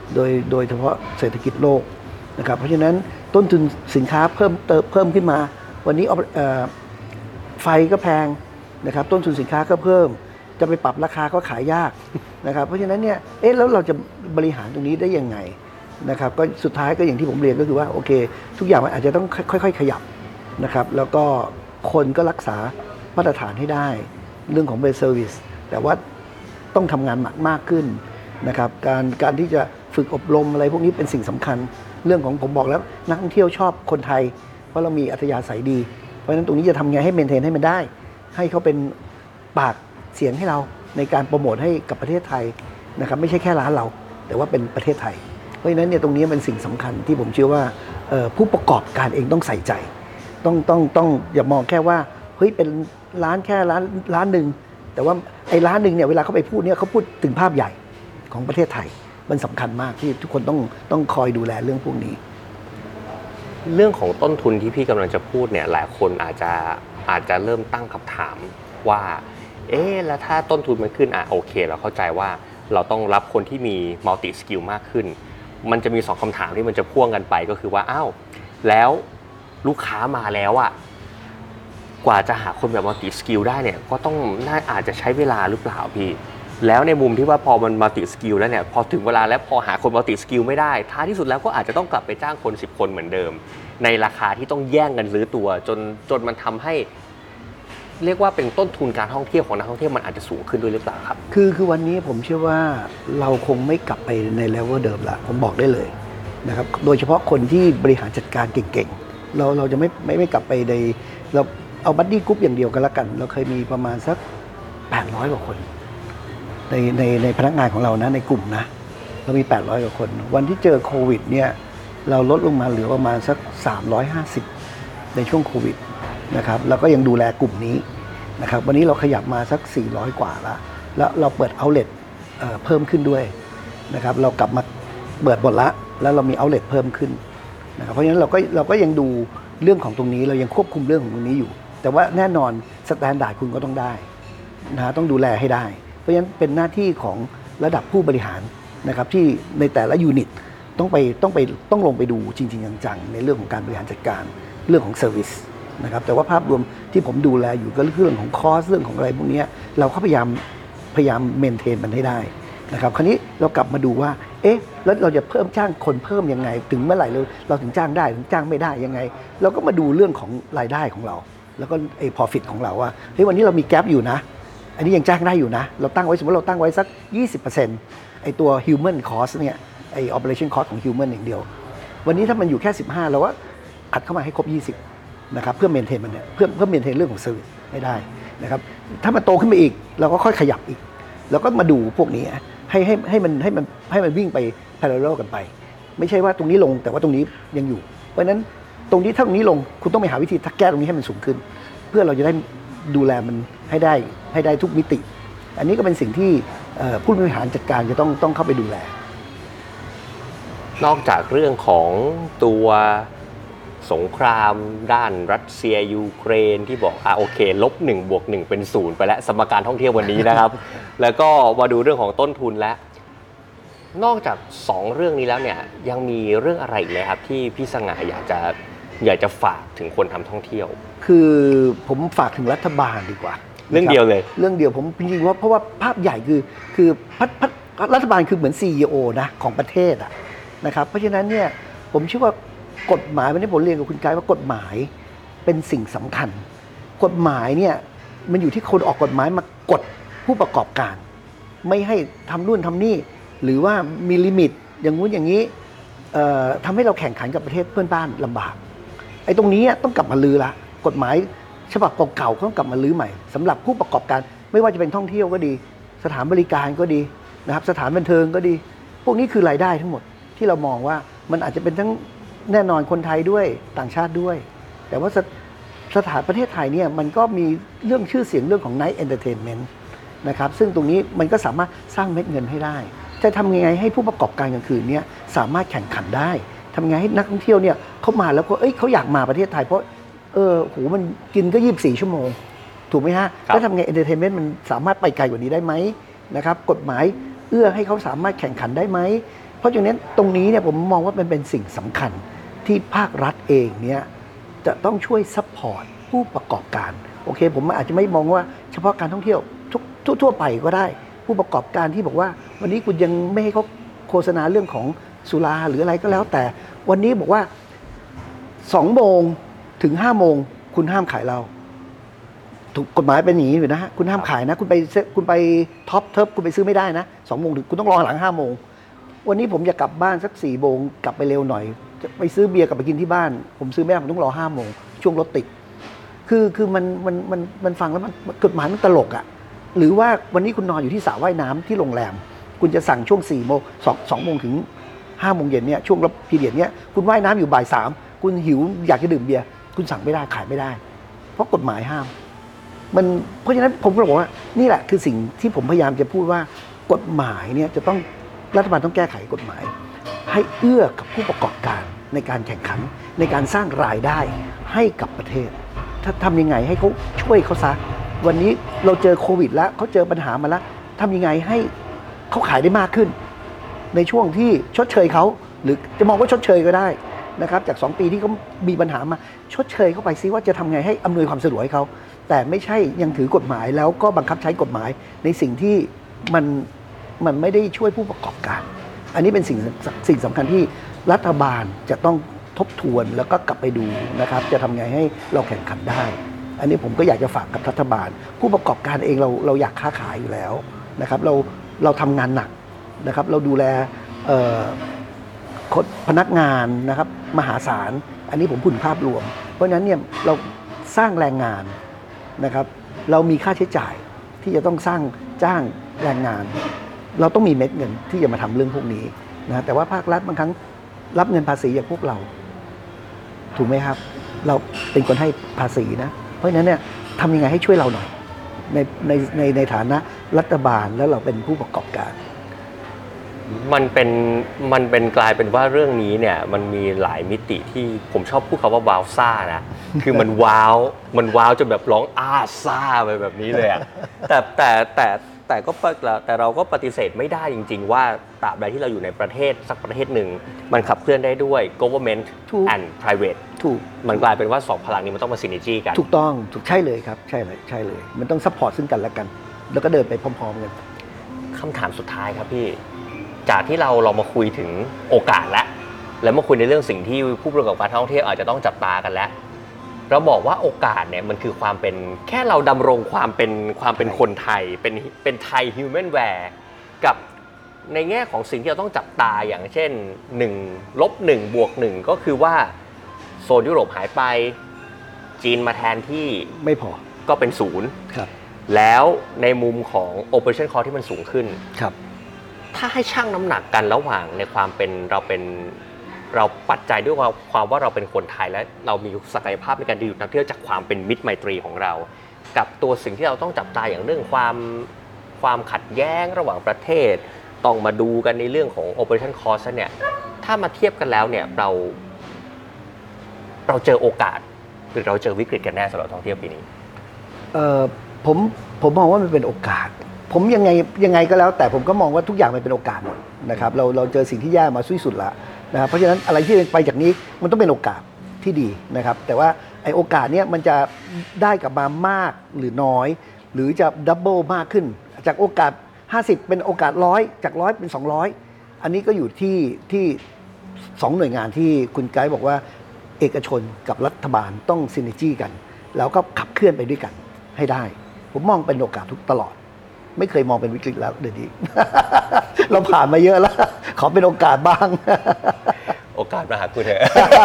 โดยเฉพาะเศรษฐกิจโลกนะครับเพราะฉะนั้นต้นทุนสินค้าเพิ่มขึ้นมาวันนี้ไฟก็แพงนะครับต้นทุนสินค้าก็เพิ่มจะไปปรับราคาก็ขายยากนะครับเพราะฉะนั้นเนี่ยแล้วเราจะบริหารตรงนี้ได้ยังไงนะครับก็สุดท้ายก็อย่างที่ผมเรียนก็คือว่าโอเคทุกอย่างมันอาจจะต้องค่อยๆขยับนะครับแล้วก็คนก็รักษามาตรฐานให้ได้เรื่องของเบสเซอร์วิสแต่ว่าต้องทำงานมากขึ้นนะครับการที่จะฝึกอบรมอะไรพวกนี้เป็นสิ่งสำคัญเรื่องของผมบอกแล้วนักท่องเที่ยวชอบคนไทยเพราะเรามีอัธยาศัยดีเพราะฉะนั้นตรงนี้จะทำไงให้เมนเทนให้มันได้ให้เขาเป็นปากเสียงให้เราในการโปรโมทให้กับประเทศไทยนะครับไม่ใช่แค่ร้านเราแต่ว่าเป็นประเทศไทยเพราะฉะนั้นเนี่ยตรงนี้เป็นสิ่งสำคัญที่ผมเชื่อว่าผู้ประกอบการเองต้องใส่ใจต้องอย่ามองแค่ว่าเฮ้ยเป็นร้านแค่ร้านหนึ่งแต่ว่าไอ้ร้านหนึ่งเนี่ยเวลาเขาไปพูดเนี่ยเขาพูดถึงภาพใหญ่ของประเทศไทยมันสำคัญมากที่ทุกคนต้องคอยดูแลเรื่องพวกนี้เรื่องของต้นทุนที่พี่กำลังจะพูดเนี่ยหลายคนอาจจะเริ่มตั้งคำถามว่าแล้วถ้าต้นทุนมันขึ้นโอเคเราเข้าใจว่าเราต้องรับคนที่มีมัลติสกิลมากขึ้นมันจะมี2คำถามที่มันจะพ่วงกันไปก็คือว่าแล้วลูกค้ามาแล้วกว่าจะหาคนแบบมัลติสกิลได้เนี่ยก็ต้องอาจจะใช้เวลาหรือเปล่าพี่แล้วในมุมที่ว่าพอมันมัลติสกิลแล้วเนี่ยพอถึงเวลาแล้วพอหาคนมัลติสกิลไม่ได้ท้ายที่สุดแล้วก็อาจจะต้องกลับไปจ้างคน10คนเหมือนเดิมในราคาที่ต้องแย่งกันซื้อตัวจนมันทำให้เรียกว่าเป็นต้นทุนการท่องเที่ยวของนักท่องเที่ยวมันอาจจะสูงขึ้นด้วยหรือเปล่าครับคือวันนี้ผมเชื่อว่าเราคงไม่กลับไปในเลเวลเดิมละผมบอกได้เลยนะครับโดยเฉพาะคนที่บริหารจัดการเก่งๆเราจะไม่กลับไปในเราเอาบัดดี้กรุ๊ปอย่างเดียวกันละกันเราเคยมีประมาณสัก800กว่าคนในพนักงานของเรานะในกลุ่มนะเรามี800กว่าคนวันที่เจอโควิดเนี่ยเราลดลงมาเหลือประมาณสัก350ในช่วงโควิดนะครับแล้วก็ยังดูแลกลุ่มนี้นะครับวันนี้เราขยับมาสัก400กว่าแล้วเราเปิดเอาท์เลทเพิ่มขึ้นด้วยนะครับเรากลับมาเปิดหมดละแล้วเรามีเอาท์เลทเพิ่มขึ้นนะครับเพราะฉะนั้นเราก็ยังดูเรื่องของตรงนี้เรายังควบคุมเรื่องของตรงนี้อยู่แต่ว่าแน่นอนสแตนดาร์ดคุณก็ต้องได้นะต้องดูแลให้ได้เพราะฉะนั้นเป็นหน้าที่ของระดับผู้บริหารนะครับที่ในแต่ละยูนิตต้องลงไปดูจริงๆจังๆในเรื่องของการบริหารจัดการเรื่องของเซอร์วิสนะครับแต่ว่าภาพรวมที่ผมดูแลอยู่ก็เรื่องของคอสเรื่องของอะไรพวกนี้เราก็พยายามเมนเทนมันให้ได้นะครับคราวนี้เรากลับมาดูว่าแล้วเราจะเพิ่มจ้างคนเพิ่มยังไงถึงเมื่อไหร่เราถึงจ้างได้ถึงจ้างไม่ได้ยังไงเราก็มาดูเรื่องของรายได้ของเราแล้วก็profit ของเราว่าวันนี้เรามีแกปอยู่นะอันนี้ยังจ้างได้อยู่นะเราตั้งไว้สมมติเราตั้งไว้สัก 20% ตัว human cost เนี่ยoperation cost ของ human อย่างเดียววันนี้ถ้ามันอยู่แค่15เราก็อัดเข้ามาให้ครบ20นะครับเพื่อเมนเทนมันเนี่ยเพื่อเมนเทนเรื่องของเซอร์วิสให้ได้นะครับถ้ามันโตขึ้นไปอีกเราก็ค่อยขยับอีกแล้วก็มาดูพวกนี้ให้มันวิ่งไป parallel กันไปไม่ใช่ว่าตรงนี้ลงแต่ว่าตรงนี้ยังอยู่เพราะฉะนั้นตรงนี้ถ้าตรงนี้ลงคุณต้องไปหาวิธีแก้ตรงนี้ให้มันสูงขึ้นเพื่อเราจะได้ดูแลมันให้ได้ทุกมิติอันนี้ก็เป็นสิ่งที่ผู้บริหารจัดการจะต้องเข้าไปดูแลนอกจากเรื่องของตัวสงครามด้านรัสเซียยูเครนที่บอกโอเค-1 เป็น0ไปแล้วสมการท่องเที่ยววันนี้นะครับ แล้วก็มาดูเรื่องของต้นทุนแล้วนอกจาก2เรื่องนี้แล้วเนี่ยยังมีเรื่องอะไรอีกไหมครับที่พี่สง่าอยากจะฝากถึงคนทำท่องเที่ยวคือผมฝากถึงรัฐบาลดีกว่าเรื่องเดียวเลยเรื่องเดียวผมจริงๆว่าเพราะว่าภาพใหญ่คือรัฐบาลคือเหมือน CEO นะของประเทศนะครับเพราะฉะนั้นเนี่ยผมเชื่อว่ากฎหมายวันนี้ผมเรียนกับคุณกายว่ากฎหมายเป็นสิ่งสำคัญกฎหมายเนี่ยมันอยู่ที่คนออกกฎหมายมากดผู้ประกอบการไม่ให้ทำนู่นทำนี่หรือว่ามีลิมิตอย่างงู้นอย่างนี้ทำให้เราแข่งขันกับประเทศเพื่อนบ้านลำบากตรงนี้ต้องกลับมาลื้อละกฎหมายฉบับเก่าๆต้องกลับมาลื้อใหม่สำหรับผู้ประกอบการไม่ว่าจะเป็นท่องเที่ยวก็ดีสถานบริการก็ดีนะครับสถานบันเทิงก็ดีพวกนี้คือรายได้ทั้งหมดที่เรามองว่ามันอาจจะเป็นทั้งแน่นอนคนไทยด้วยต่างชาติด้วยแต่ว่าสถานประเทศไทยเนี่ยมันก็มีเรื่องชื่อเสียงเรื่องของ Night Entertainment นะครับซึ่งตรงนี้มันก็สามารถสร้างเม็ดเงินให้ได้จะทำยังไงให้ผู้ประกอบการกลางคืนเนี่ยสามารถแข่งขันได้ทำยังไงให้นักท่องเที่ยวเนี่ยเขามาแล้วเขาอยากมาประเทศไทยเพราะมันกินก็24ชั่วโมงถูกไหมฮะแล้วทำไง Entertainment มันสามารถไปไกลกว่านี้ได้ไหมนะครับกฎหมายเอื้อให้เขาสามารถแข่งขันได้ไหมราะฉะนั้นตรงนี้เนี่ยผมมองว่ามันเป็นสิ่งสำคัญที่ภาครัฐเองเนี่ยจะต้องช่วยซัพพอร์ตผู้ประกอบการโอเคผมอาจจะไม่มองว่าเฉพาะการท่องเที่ยวทั่วไปก็ได้ผู้ประกอบการที่บอกว่าวันนี้คุณยังไม่ให้เขาโฆษณาเรื่องของสุราหรืออะไรก็แล้วแต่วันนี้บอกว่า2 โมงถึง5 โมงคุณห้ามขายเราถูกกฎหมายเป็นอย่างนี้อยู่นะฮะคุณห้ามขายนะคุณไปท็อปเทิร์ฟคุณไปซื้อไม่ได้นะ2 โมงถึงคุณต้องรอหลัง5 โมงวันนี้ผมอยากกลับบ้านสัก4 โมงกลับไปเร็วหน่อยจะไปซื้อเบียร์กลับไปกินที่บ้านผมซื้อไม่ได้ผมต้องรอ5 โมงช่วงรถติดคือมันฟังแล้วมันกฎหมายมันตลกอ่ะหรือว่าวันนี้คุณนอนอยู่ที่สระว่ายน้ำที่โรงแรมคุณจะสั่งช่วง4 โมง2 โมงถึง5 โมงเย็นเนี่ยช่วงรับพีเรียดเนี่ยคุณว่ายน้ำอยู่บ่าย 3คุณหิวอยากจะดื่มเบียร์คุณสั่งไม่ได้ขายไม่ได้เพราะกฎหมายห้ามเพราะฉะนั้นผมก็บอกว่านี่แหละคือสิ่งที่ผมพยายามจะพูดว่ากฎหมายเนี่ยจะต้องรัฐบาลต้องแก้ไขกฎหมายให้เอื้อกับผู้ประกอบการในการแข่งขันในการสร้างรายได้ให้กับประเทศถ้าทำยังไงให้เขาช่วยเขาซะวันนี้เราเจอโควิดแล้วเขาเจอปัญหามาแล้วทำยังไงให้เขาขายได้มากขึ้นในช่วงที่ชดเชยเขาหรือจะมองว่าชดเชยก็ได้นะครับจาก2 ปีที่เขามีปัญหามาชดเชยเข้าไปซิว่าจะทำไงให้อำนวยความสะดวกให้เขาแต่ไม่ใช่ยังถือกฎหมายแล้วก็บังคับใช้กฎหมายในสิ่งที่มันไม่ได้ช่วยผู้ประกอบการอันนี้เป็นสิ่งสำคัญที่รัฐบาลจะต้องทบทวนแล้วก็กลับไปดูนะครับจะทำไงให้เราแข่งขันได้อันนี้ผมก็อยากจะฝากกับรัฐบาลผู้ประกอบการเองเราอยากค้าขายอยู่แล้วนะครับเราทำงานหนักนะครับเราดูแลพนักงานนะครับมหาศาลอันนี้ผมพูดถึงภาพรวมเพราะฉะนั้นเนี่ยเราสร้างแรงงานนะครับเรามีค่าใช้จ่ายที่จะต้องจ้างแรงงานเราต้องมีเม็ดเงินที่จะมาทำเรื่องพวกนี้นะแต่ว่าภาครัฐบางครั้งรับเงินภาษีจากพวกเราถูกไหมครับเราเป็นคนให้ภาษีนะเพราะฉะนั้นเนี่ยทำยังไงให้ช่วยเราหน่อยในฐานะรัฐบาลแล้วเราเป็นผู้ประกอบการมันเป็นกลายเป็นว่าเรื่องนี้เนี่ยมันมีหลายมิติที่ผมชอบพูดคำว่าว้าวซ่านะ คือมันว้าวจนแบบร้องอ้าซ่าไปแบบนี้เลยอะแต่เราก็ปฏิเสธไม่ได้จริงๆว่าตราบใดที่เราอยู่ในประเทศสักประเทศหนึ่งมันขับเคลื่อนได้ด้วย government and private ถูกมันกลายเป็นว่า2 พลังนี้มันต้องมา synergy กันถูกต้องใช่เลยครับใช่เลยมันต้องซัพพอร์ตซึ่งกันและกันแล้วก็เดินไปพร้อมๆกันคำถามสุดท้ายครับพี่จากที่เรามาคุยถึงโอกาสแล้วมาคุยในเรื่องสิ่งที่ผู้ประกอบการท่องเที่ยวอาจจะต้องจับตากันแล้วเราบอกว่าโอกาสเนี่ยมันคือความเป็นแค่เราดำรงความเป็นคนไทยเป็นไทยฮิวแมนแวร์กับในแง่ของสิ่งที่เราต้องจับตาอย่างเช่น1-1+1ก็คือว่าโซนยุโรปหายไปจีนมาแทนที่ไม่พอก็เป็น0 ครับแล้วในมุมของ Operation Cost ที่มันสูงขึ้นครับถ้าให้ชั่งน้ำหนักกันระหว่างในความเป็นเราปัจจัยด้วยความว่าเราเป็นคนไทยและเรามีศักยภาพในการดึงดูดนักท่องเที่ยวจากความเป็นมิตรไมตรีของเรากับตัวสิ่งที่เราต้องจับตาอย่างเรื่องความขัดแย้งระหว่างประเทศต้องมาดูกันในเรื่องของ Operation Cost เนี่ยถ้ามาเทียบกันแล้วเนี่ยเราเจอโอกาสหรือเราเจอวิกฤตกันแน่สำหรับท่องเที่ยวปีนี้ผมมองว่ามันเป็นโอกาสผมยังไงก็แล้วแต่ผมก็มองว่าทุกอย่างมันเป็นโอกาสหมดนะครับเราเจอสิ่งที่แย่มาสุดละนะครับเพราะฉะนั้นอะไรที่ไปจากนี้มันต้องเป็นโอกาสที่ดีนะครับแต่ว่าไอ้โอกาสเนี้ยมันจะได้กลับมามากหรือน้อยหรือจะดับเบิลมากขึ้นจากโอกาส50เป็นโอกาส100จาก100เป็น200อันนี้ก็อยู่ที่2 หน่วยงานที่คุณไกด์บอกว่าเอกชนกับรัฐบาลต้องซินเนจี้กันแล้วก็ขับเคลื่อนไปด้วยกันให้ได้ผมมองเป็นโอกาสทุกตลอดไม่เคยมองเป็นวิกฤตแล้วเดี๋ยวนี้ เราผ่านมาเยอะแล้วขอเป็นโอกาสบ้างโอกาสมาหาคุณเถอะ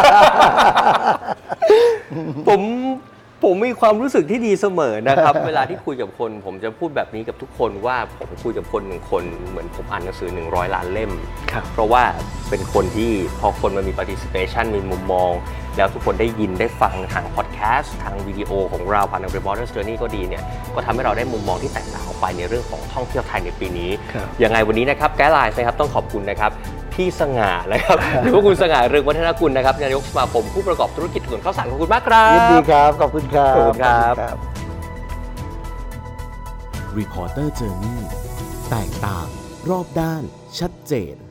ผมมีความรู้สึกที่ดีเสมอนะครับ เวลาที่คุยกับคนผมจะพูดแบบนี้กับทุกคนว่าผมคุยกับคน1 คนเหมือนผมอ่านหนังสือ100 ล้านเล่มเพราะว่าเป็นคนที่พอคนมันมี participation มีมุมมองแล้วทุกคนได้ยินได้ฟังทางพอดแคสต์ทางวิดีโอของเราผ่านทาง Reporter's Journey ก็ดีเนี่ยก็ทำให้เราได้มุมมองที่แตกต่างออกไปในเรื่องของท่องเที่ยวไทยในปีนี้ยังไงวันนี้นะครับ Guidelines นะครับต้องขอบคุณนะครับพี่สง่านะครับหรือว่าคุณสง่าเรืองวัฒนกุลนะครับนายกสมาคมผู้ประกอบธุรกิจถนนข้าวสารขอบคุณมากครับยินดีครับขอบคุณครับขอบคุณครับ Reporter Journey แตกต่างรอบด้านชัดเจน